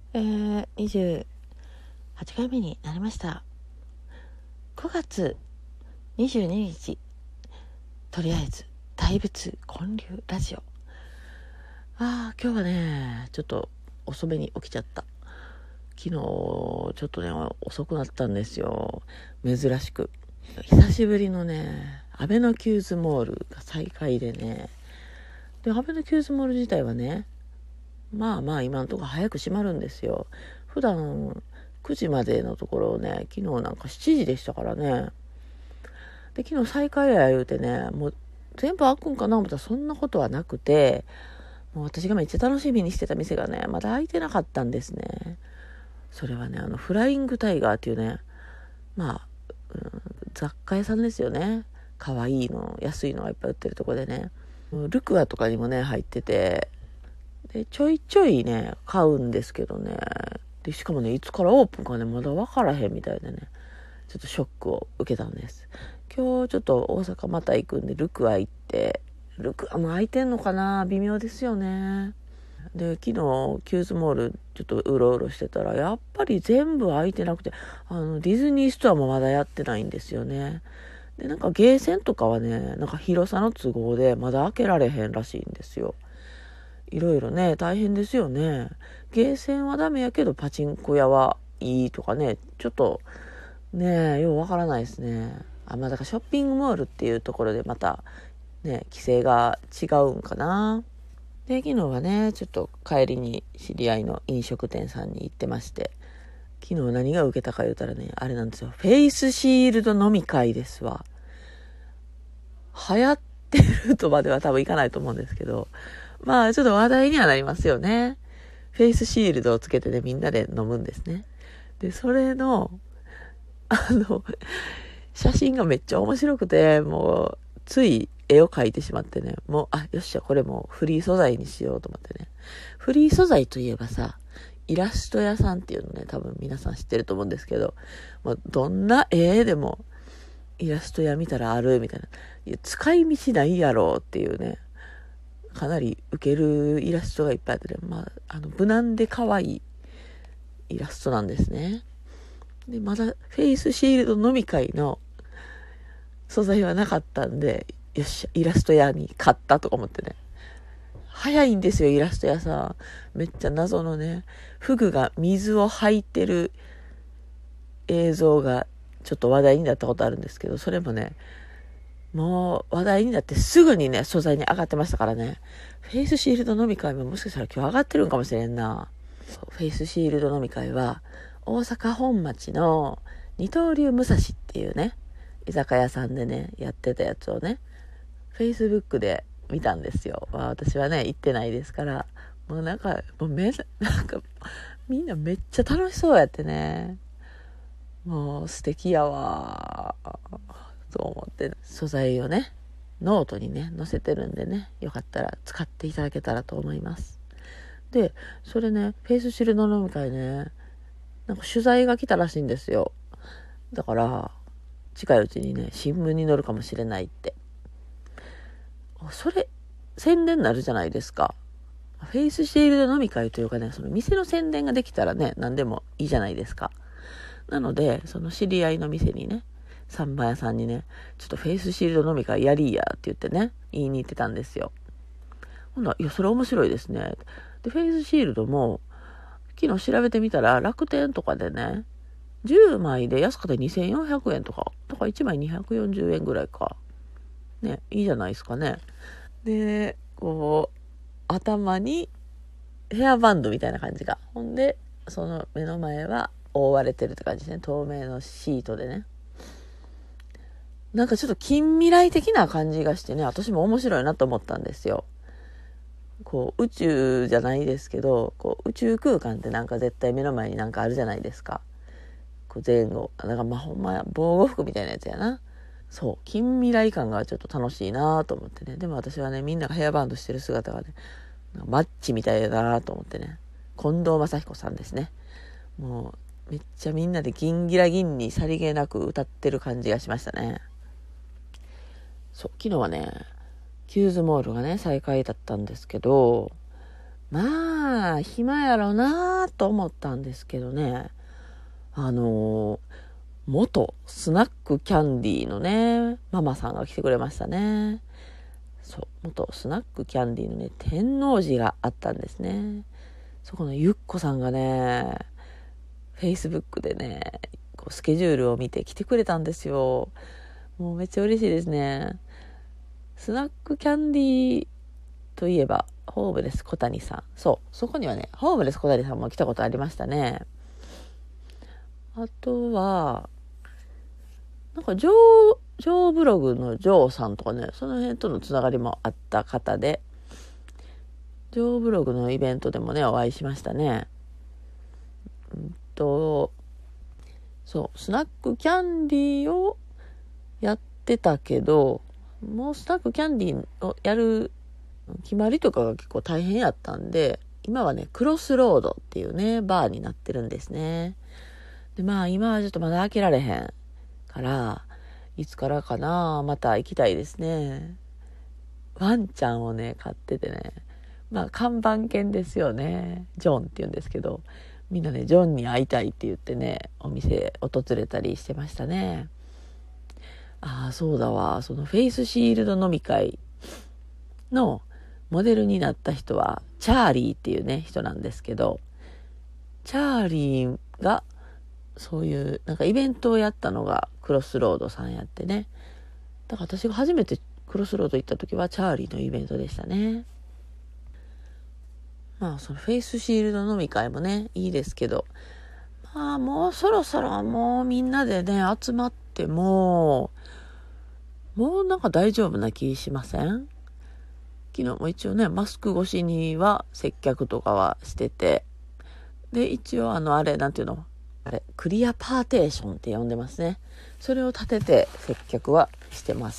28回目になりました。9月22日、とりあえず大仏建立ラジオ。今日はねちょっと遅めに起きちゃった。昨日ちょっとね遅くなったんですよ。珍しく久しぶりのねアベノキューズモールが再開でね、でアベノキューズモール自体はね今のところ早く閉まるんですよ。普段9時までのところをね昨日なんか7時でしたからね。で昨日再開や言うてねもう全部開くんかな思ったらそんなことはなくて、もう私がめっちゃ楽しみにしてた店がねまだ開いてなかったんですね。それはねフライングタイガーっていうね雑貨屋さんですよね。可愛いの安いのがいっぱい売ってるとこでね、ルクアとかにもね入ってて、でちょいちょいね買うんですけどね、でしかもねいつからオープンかねまだ分からへんみたいでねちょっとショックを受けたんです。今日ちょっと大阪また行くんでルクア行って、ルクアも開いてんのかな微妙ですよね。で昨日キューズモールちょっとうろうろしてたらやっぱり全部開いてなくて、ディズニーストアもまだやってないんですよね。でなんかゲーセンとかはねなんか広さの都合でまだ開けられへんらしいんですよ。いろいろね大変ですよね。ゲーセンはダメやけどパチンコ屋はいいとかね、ちょっとねようわからないですね。だからショッピングモールっていうところでまたね規制が違うんかな。で昨日はねちょっと帰りに知り合いの飲食店さんに行ってまして、昨日何が受けたか言うたらねあれなんですよ、フェイスシールド飲み会ですわ。流行ってるとまでは多分いかないと思うんですけど、ちょっと話題にはなりますよね。フェイスシールドをつけてねみんなで飲むんですね。でそれの写真がめっちゃ面白くて、もうつい絵を描いてしまってね、もうよっしゃこれもうフリー素材にしようと思ってね。フリー素材といえばさ、イラスト屋さんっていうのね多分皆さん知ってると思うんですけど、もうどんな絵でもイラスト屋見たらあるみたいな、いや使い道ないやろっていうね、かなりウケるイラストがいっぱいあってね、無難で可愛いイラストなんですね。でまだフェイスシールド飲み会の素材はなかったんで、よっしゃイラスト屋に買ったとか思ってね。早いんですよイラスト屋さん。めっちゃ謎のねフグが水を吐いてる映像がちょっと話題になったことあるんですけど、それもねもう話題になってすぐにね素材に上がってましたからね。フェイスシールド飲み会ももしかしたら今日上がってるんかもしれんな。フェイスシールド飲み会は大阪本町の二刀流武蔵っていうね居酒屋さんでねやってたやつをねフェイスブックで見たんですよ。私はね行ってないですから、もうなんかみんなめっちゃ楽しそうやってね、もう素敵やわと思って、素材をねノートにね載せてるんでね、よかったら使っていただけたらと思います。でそれねフェイスシールド飲み会ねなんか取材が来たらしいんですよ。だから近いうちにね新聞に載るかもしれないって。それ宣伝になるじゃないですか。フェイスシールド飲み会というかね、その店の宣伝ができたらね何でもいいじゃないですか。なのでその知り合いの店にね、サンマ屋さんにねちょっとフェイスシールド飲み会やりやって言ってね言いに行ってたんですよ。ほんならいやそれ面白いですね。でフェイスシールドも昨日調べてみたら楽天とかでね10枚で安かったら2400円とか、だから1枚240円ぐらいかね、いいじゃないですかね。でこう頭にヘアバンドみたいな感じが、ほんでその目の前は覆われてるって感じですね、透明のシートでね。なんかちょっと近未来的な感じがしてね、私も面白いなと思ったんですよ。こう宇宙じゃないですけど、こう宇宙空間ってなんか絶対目の前になんかあるじゃないですか。こう前後なんかほんま防護服みたいなやつやな。そう近未来感がちょっと楽しいなと思ってね。でも私はねみんながヘアバンドしてる姿がねマッチみたいだなと思ってね。近藤正彦さんですね。もうめっちゃみんなでギンギラギンにさりげなく歌ってる感じがしましたね。そう昨日はねキューズモールがね再開だったんですけど、 まあ、暇やろなと思ったんですけどね、元スナックキャンディーのね、ママさんが来てくれましたね。そう、元スナックキャンディーのね、天王寺があったんですね。そこのゆっこさんがね、Facebook でね、こうスケジュールを見て来てくれたんですよ。もうめっちゃ嬉しいですね。スナックキャンディーといえば、ホームレス小谷さん。そう、そこにはね、ホームレス小谷さんも来たことありましたね。あとは、なんかジョーブログのジョーさんとかね、その辺とのつながりもあった方で、ジョーブログのイベントでもね、お会いしましたね。そう、スナックキャンディーをやってたけど、もうスナックキャンディーをやる決まりとかが結構大変やったんで、今はね、クロスロードっていうね、バーになってるんですね。で、まあ今はちょっとまだ開けられへんから、いつからかな、また行きたいですね。ワンちゃんをね、飼っててね、まあ看板犬ですよね。ジョンって言うんですけど、みんなね、ジョンに会いたいって言ってね、お店訪れたりしてましたね。ああ、そうだわ。そのフェイスシールド飲み会のモデルになった人は、チャーリーっていうね、人なんですけど、チャーリーが、そういう、なんかイベントをやったのがクロスロードさんやってね。だから私が初めてクロスロード行った時はチャーリーのイベントでしたね。まあ、そのフェイスシールド飲み会もね、いいですけど、まあ、もうそろそろもうみんなでね、集まってもなんか大丈夫な気しません？昨日も一応ね、マスク越しには接客とかはしてて、で、一応あれ、なんていうの？クリアパーテーションって呼んでますね。それを立てて接客はしてます。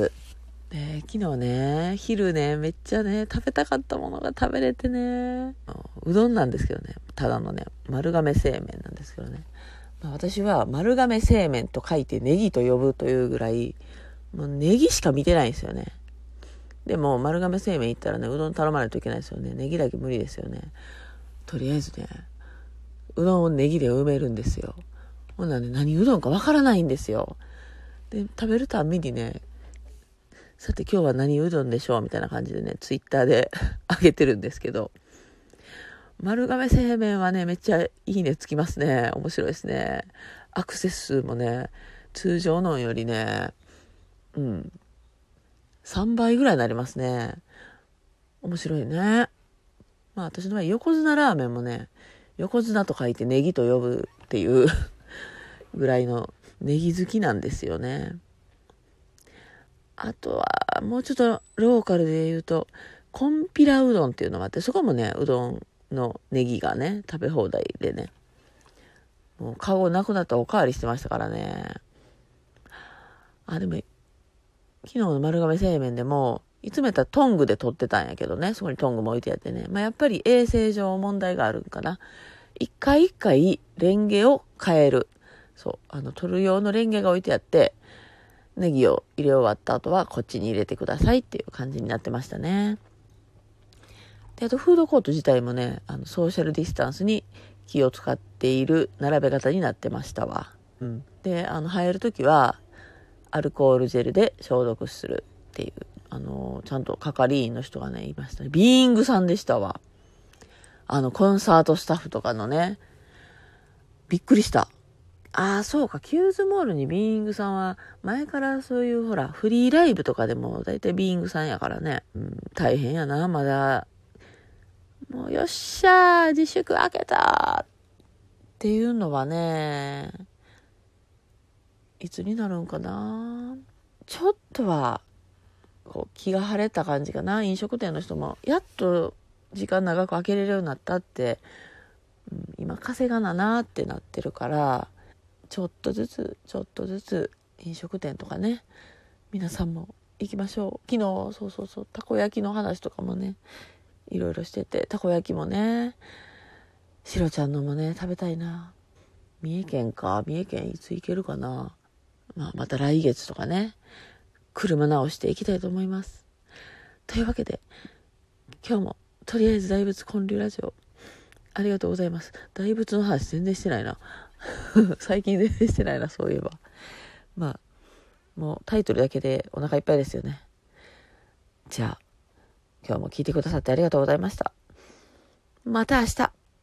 で、昨日ね、昼ね、めっちゃね、食べたかったものが食べれてね、うどんなんですけどね、ただのね、丸亀製麺なんですけどね。まあ、私は丸亀製麺と書いてネギと呼ぶというぐらい、もうネギしか見てないんですよね。でも丸亀製麺行ったらね、うどん頼まないといけないですよね。ネギだけ無理ですよね。とりあえずね、うどんをネギで埋めるんですよ。ほんならね、何うどんかわからないんですよ。で、食べるたびにね、さて今日は何うどんでしょうみたいな感じでね、ツイッターで上げてるんですけど、丸亀製麺はね、めっちゃいいねつきますね。面白いですね。アクセス数もね、通常のよりね、3倍ぐらいになりますね。面白いね。まあ私の場合、横綱ラーメンもね、横綱と書いてネギと呼ぶっていうぐらいのネギ好きなんですよね。あとは、もうちょっとローカルで言うと、コンピラうどんっていうのがあって、そこもね、うどんのネギがね、食べ放題でね、もうカゴなくなったらおかわりしてましたからね。あ、でも、昨日の丸亀製麺でも、いつもやったらトングで取ってたんやけどね、そこにトングも置いてやってね。まあやっぱり衛生上問題があるんかな。一回一回レンゲを変える。そう、取る用のレンゲが置いてあって、ネギを入れ終わった後はこっちに入れてくださいっていう感じになってましたね。で、あとフードコート自体もね、ソーシャルディスタンスに気を使っている並べ方になってましたわ。で、入るときは、アルコールジェルで消毒するっていう、ちゃんと係員の人がね、いましたね。ビーイングさんでしたわ。コンサートスタッフとかのね、びっくりした。ああ、そうか、キューズモールにビーイングさんは、前からそういうほら、フリーライブとかでも、だいたいビーイングさんやからね。大変やな、まだ。もう、よっしゃー、自粛開けたっていうのはね、いつになるんかな。ちょっとは、こう気が晴れた感じかな。飲食店の人もやっと時間長く開けれるようになったって、今稼がななってなってるから、ちょっとずつ飲食店とかね、皆さんも行きましょう。昨日そうたこ焼きの話とかもね、いろいろしてて、たこ焼きもね、しろちゃんのもね食べたいな。三重県いつ行けるかな。また来月とかね、車直していきたいと思います。というわけで、今日もとりあえず大仏建立ラジオありがとうございます。大仏の話全然してないな最近全然してないな、そういえば。まあもうタイトルだけでお腹いっぱいですよね。じゃあ今日も聞いてくださってありがとうございました。また明日。